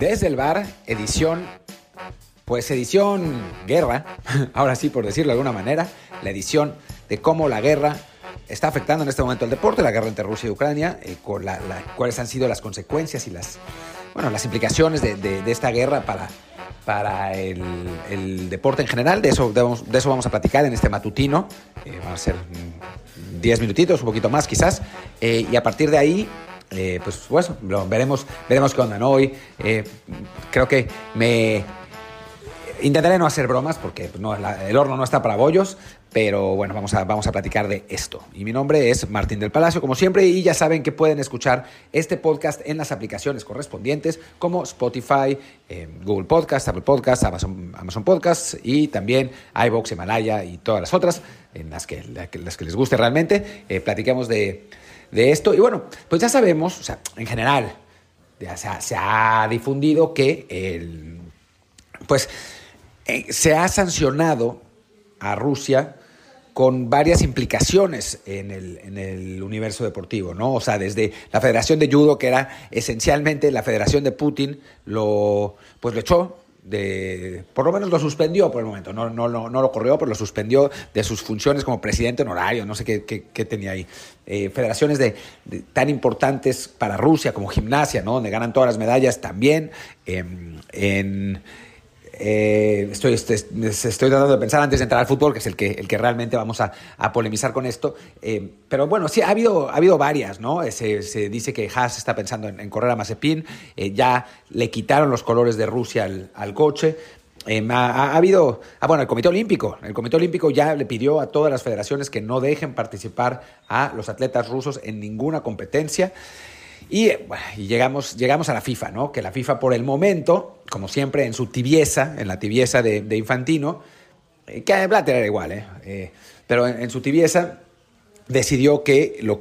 Desde el bar, edición guerra, ahora sí por decirlo de alguna manera, la edición de cómo la guerra está afectando en este momento al deporte, la guerra entre Rusia y Ucrania, cuáles han sido las consecuencias y las implicaciones de esta guerra para el deporte en general. De eso vamos a platicar en este matutino. Van a ser 10 minutitos, un poquito más quizás, y a partir de ahí veremos qué onda, ¿no? Hoy creo que intentaré no hacer bromas porque el horno no está para bollos, pero bueno, vamos a platicar de esto. Y mi nombre es Martín del Palacio, como siempre, y ya saben que pueden escuchar este podcast en las aplicaciones correspondientes como Spotify, Google Podcast, Apple Podcast, Amazon Podcasts y también iVoox, Himalaya y todas las otras en las que les guste realmente. Platiquemos de esto. Y bueno, pues ya sabemos, o sea, en general, ya se ha difundido que se ha sancionado a Rusia con varias implicaciones en el universo deportivo, ¿no? O sea, desde la Federación de Judo, que era esencialmente la Federación de Putin, lo echó, por lo menos lo suspendió por el momento, no lo corrió, pero lo suspendió de sus funciones como presidente honorario, no sé qué tenía ahí. Federaciones tan importantes para Rusia como gimnasia, ¿no? Donde ganan todas las medallas también. Estoy tratando de pensar antes de entrar al fútbol, que es el que realmente vamos a polemizar con esto. Pero bueno, sí, ha habido varias, ¿no? Se dice que Haas está pensando en correr a Mazepin. Ya le quitaron los colores de Rusia al coche. Ha habido... el Comité Olímpico. El Comité Olímpico ya le pidió a todas las federaciones que no dejen participar a los atletas rusos en ninguna competencia. Y llegamos a la FIFA, ¿no? Que la FIFA por el momento, como siempre en la tibieza de Infantino, que a Blatter era igual, pero en su tibieza decidieron que lo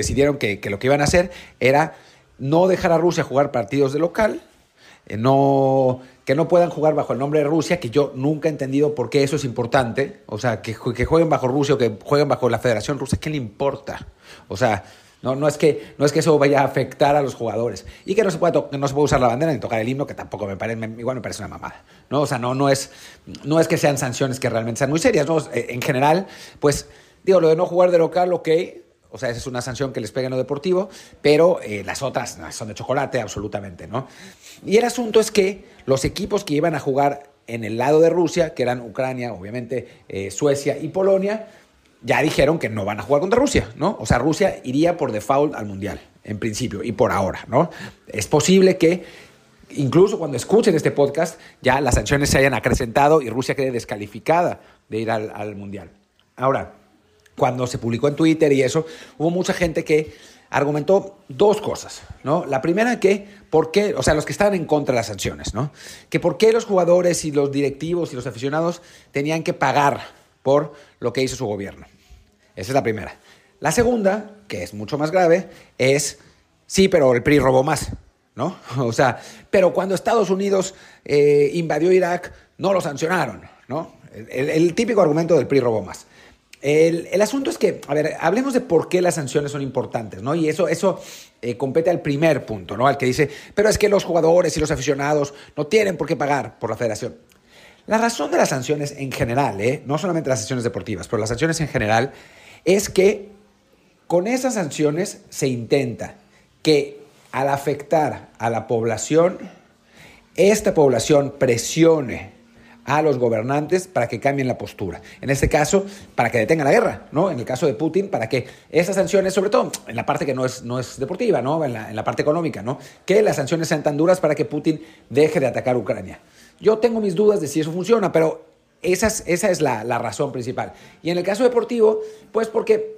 que iban a hacer era no dejar a Rusia jugar partidos de local, que no puedan jugar bajo el nombre de Rusia, que yo nunca he entendido por qué eso es importante. O sea, que jueguen bajo Rusia o que jueguen bajo la Federación Rusa, ¿qué le importa? O sea... No es que eso vaya a afectar a los jugadores. Y que no se puede usar la bandera ni tocar el himno, que tampoco me parece una mamada, ¿no? O sea, no es que sean sanciones que realmente sean muy serias, ¿no? En general, pues, lo de no jugar de local, ok. O sea, esa es una sanción que les pega en lo deportivo, pero las otras son de chocolate, absolutamente, ¿no? Y el asunto es que los equipos que iban a jugar en el lado de Rusia, que eran Ucrania, obviamente, Suecia y Polonia, ya dijeron que no van a jugar contra Rusia, ¿no? O sea, Rusia iría por default al Mundial, en principio, y por ahora, ¿no? Es posible que, incluso cuando escuchen este podcast, ya las sanciones se hayan acrecentado y Rusia quede descalificada de ir al Mundial. Ahora, cuando se publicó en Twitter y eso, hubo mucha gente que argumentó dos cosas, ¿no? La primera, ¿por qué? O sea, los que estaban en contra de las sanciones, ¿no? Que por qué los jugadores y los directivos y los aficionados tenían que pagar por lo que hizo su gobierno. Esa es la primera. La segunda, que es mucho más grave, es, sí, pero el PRI robó más, ¿no? O sea, pero cuando Estados Unidos invadió Irak, no lo sancionaron, ¿no? El típico argumento del PRI robó más. El asunto es que, hablemos de por qué las sanciones son importantes, ¿no? Y eso compete al primer punto, ¿no? Al que dice, pero es que los jugadores y los aficionados no tienen por qué pagar por la federación. La razón de las sanciones en general, no solamente las sanciones deportivas, pero las sanciones en general, es que con esas sanciones se intenta que al afectar a la población, esta población presione a los gobernantes para que cambien la postura. En este caso, para que detengan la guerra, ¿no? En el caso de Putin, para que esas sanciones, sobre todo en la parte que no es deportiva, ¿no? En la parte económica, ¿no? Que las sanciones sean tan duras para que Putin deje de atacar Ucrania. Yo tengo mis dudas de si eso funciona, pero esa es la razón principal. Y en el caso deportivo, pues porque,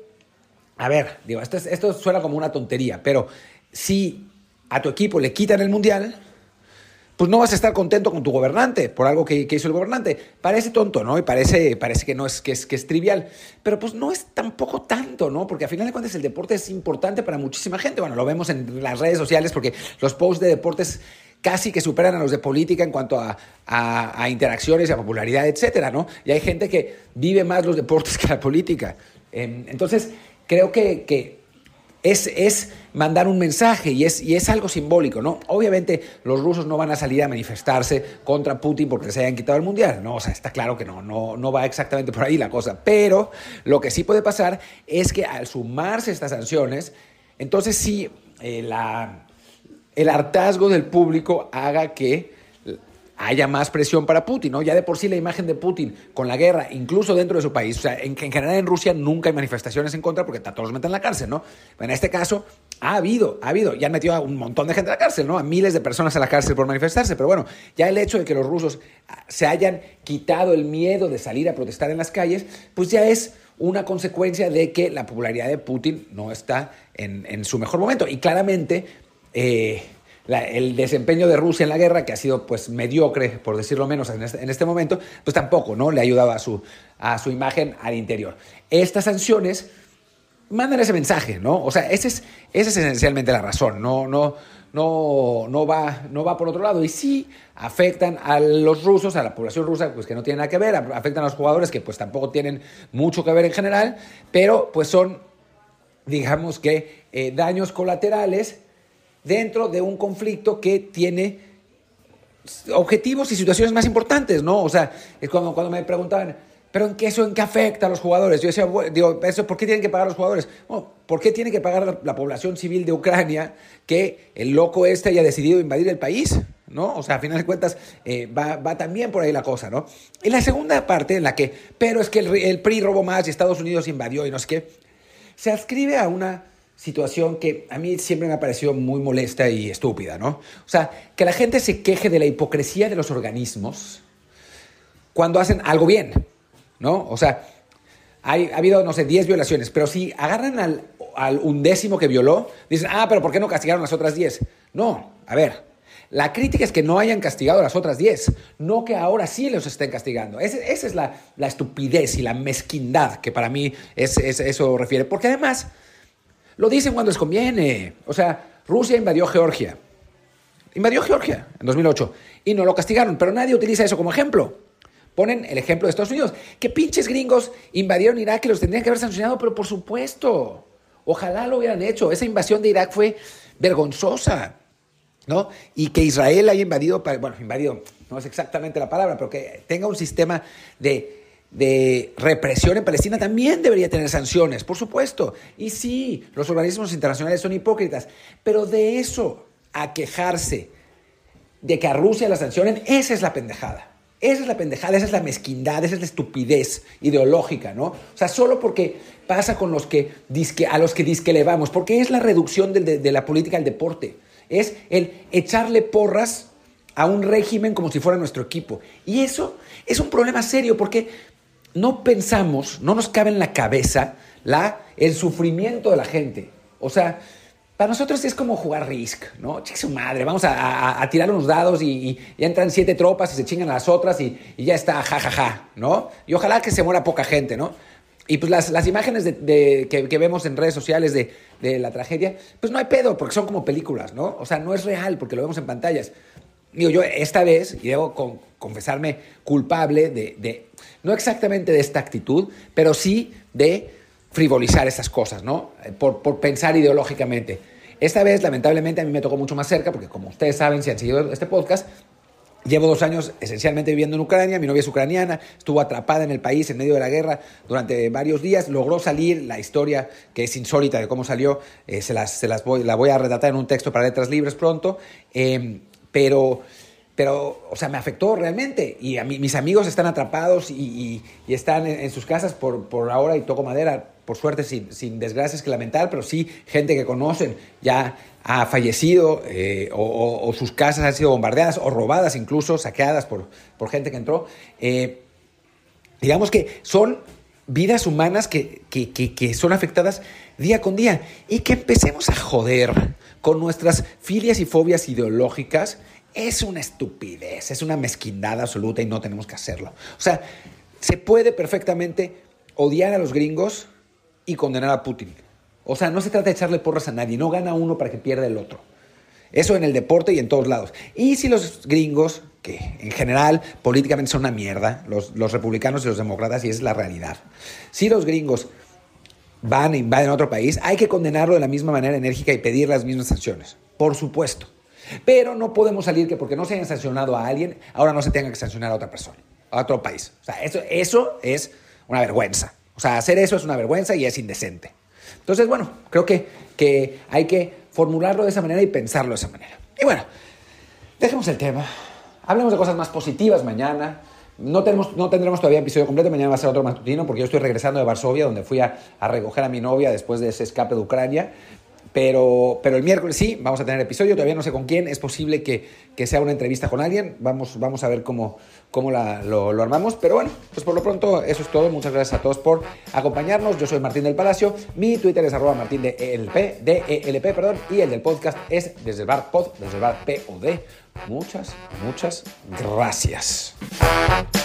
esto suena como una tontería, pero si a tu equipo le quitan el Mundial, pues no vas a estar contento con tu gobernante por algo que hizo el gobernante. Parece tonto, ¿no? Y parece que es trivial. Pero pues no es tampoco tanto, ¿no? Porque al final de cuentas el deporte es importante para muchísima gente. Bueno, lo vemos en las redes sociales porque los posts de deportes casi que superan a los de política en cuanto a interacciones, a popularidad, etcétera, ¿no? Y hay gente que vive más los deportes que la política. Entonces, creo que es mandar un mensaje y es algo simbólico, ¿no? Obviamente los rusos no van a salir a manifestarse contra Putin porque les hayan quitado el mundial, ¿no? O sea, está claro que no va exactamente por ahí la cosa. Pero lo que sí puede pasar es que al sumarse estas sanciones, entonces sí, el hartazgo del público haga que haya más presión para Putin, ¿no? Ya de por sí la imagen de Putin con la guerra, incluso dentro de su país, o sea, en general en Rusia nunca hay manifestaciones en contra porque todos los meten en la cárcel, ¿no? En este caso ha habido, y han metido a un montón de gente a la cárcel, ¿no? A miles de personas a la cárcel por manifestarse, pero bueno, ya el hecho de que los rusos se hayan quitado el miedo de salir a protestar en las calles, pues ya es una consecuencia de que la popularidad de Putin no está en su mejor momento. Y claramente el desempeño de Rusia en la guerra, que ha sido pues mediocre, por decirlo menos, en este momento, pues tampoco, ¿no? Le ha ayudado a su imagen al interior. Estas sanciones mandan ese mensaje, ¿no? O sea, esa es esencialmente la razón. No va por otro lado. Y sí afectan a los rusos, a la población rusa, pues que no tiene nada que ver, afectan a los jugadores que pues tampoco tienen mucho que ver en general, pero pues son, digamos que, daños colaterales dentro de un conflicto que tiene objetivos y situaciones más importantes, ¿no? O sea, es cuando me preguntaban, ¿pero en qué afecta a los jugadores? Yo decía, ¿por qué tienen que pagar los jugadores? Bueno, ¿por qué tiene que pagar la población civil de Ucrania que el loco haya decidido invadir el país? ¿No? O sea, a final de cuentas, va también por ahí la cosa, ¿no? Y la segunda parte en la que, pero es que el PRI robó más y Estados Unidos invadió y no sé qué, se adscribe a una situación que a mí siempre me ha parecido muy molesta y estúpida, ¿no? O sea, que la gente se queje de la hipocresía de los organismos cuando hacen algo bien, ¿no? O sea, ha habido, no sé, 10 violaciones, pero si agarran al 11º que violó, dicen, pero ¿por qué no castigaron las otras 10? No, a ver, la crítica es que no hayan castigado a las otras 10, no que ahora sí los estén castigando. Esa es la estupidez y la mezquindad que para mí eso refiere, porque además lo dicen cuando les conviene. O sea, Rusia invadió Georgia en 2008 y no lo castigaron, pero nadie utiliza eso como ejemplo. Ponen el ejemplo de Estados Unidos. ¿Qué pinches gringos invadieron Irak y los tendrían que haber sancionado? Pero por supuesto, ojalá lo hubieran hecho. Esa invasión de Irak fue vergonzosa, ¿no? Y que Israel haya invadido, no es exactamente la palabra, pero que tenga un sistema de represión en Palestina también debería tener sanciones, por supuesto. Y sí, los organismos internacionales son hipócritas, pero de eso a quejarse de que a Rusia la sancionen, esa es la pendejada. Esa es la mezquindad, esa es la estupidez ideológica, ¿no? O sea, solo porque pasa con a los que disque le vamos, porque es la reducción de la política al deporte. Es el echarle porras a un régimen como si fuera nuestro equipo. Y eso es un problema serio porque no nos cabe en la cabeza el sufrimiento de la gente. O sea, para nosotros es como jugar Risk, ¿no? Chique su madre, vamos a tirar unos dados y ya entran 7 tropas y se chingan a las otras y ya está, jajaja, ¿no? Y ojalá que se muera poca gente, ¿no? Y pues las imágenes que vemos en redes sociales de la tragedia, pues no hay pedo, porque son como películas, ¿no? O sea, no es real, porque lo vemos en pantallas. Digo, yo esta vez, y debo confesarme culpable no exactamente de esta actitud, pero sí de frivolizar estas cosas, ¿no? Por pensar ideológicamente. Esta vez, lamentablemente, a mí me tocó mucho más cerca, porque como ustedes saben, si han seguido este podcast, llevo 2 años esencialmente viviendo en Ucrania, mi novia es ucraniana, estuvo atrapada en el país en medio de la guerra durante varios días, logró salir, la historia que es insólita de cómo salió, la voy a relatar en un texto para Letras Libres pronto, pero, o sea, me afectó realmente. Y mis amigos están atrapados y están en sus casas por ahora, y toco madera, por suerte sin desgracias que lamentar, pero sí gente que conocen ya ha fallecido o sus casas han sido bombardeadas o robadas, incluso saqueadas por gente que entró. Digamos que son vidas humanas que son afectadas día con día, y que empecemos a joder con nuestras filias y fobias ideológicas es una estupidez, es una mezquindad absoluta y no tenemos que hacerlo. O sea, se puede perfectamente odiar a los gringos y condenar a Putin. O sea, no se trata de echarle porras a nadie, no gana uno para que pierda el otro. Eso en el deporte y en todos lados. Y si los gringos, que en general políticamente son una mierda, los republicanos y los demócratas, y esa es la realidad. Si los gringos van e invaden otro país, hay que condenarlo de la misma manera enérgica y pedir las mismas sanciones, por supuesto. Pero no podemos salir que porque no se hayan sancionado a alguien, ahora no se tenga que sancionar a otra persona, a otro país. O sea, eso es una vergüenza. O sea, hacer eso es una vergüenza y es indecente. Entonces, bueno, creo que hay que formularlo de esa manera y pensarlo de esa manera. Y bueno, dejemos el tema. Hablemos de cosas más positivas mañana. No tendremos todavía episodio completo. Mañana va a ser otro matutino porque yo estoy regresando de Varsovia, donde fui a recoger a mi novia después de ese escape de Ucrania. Pero el miércoles sí, vamos a tener episodio. Todavía no sé con quién. Es posible que sea una entrevista con alguien. Vamos a ver cómo lo armamos. Pero bueno, pues por lo pronto eso es todo. Muchas gracias a todos por acompañarnos. Yo soy Martín del Palacio. Mi Twitter es @martindelp, perdón. Y el del podcast es desde el bar pod, desde el bar POD. Muchas gracias.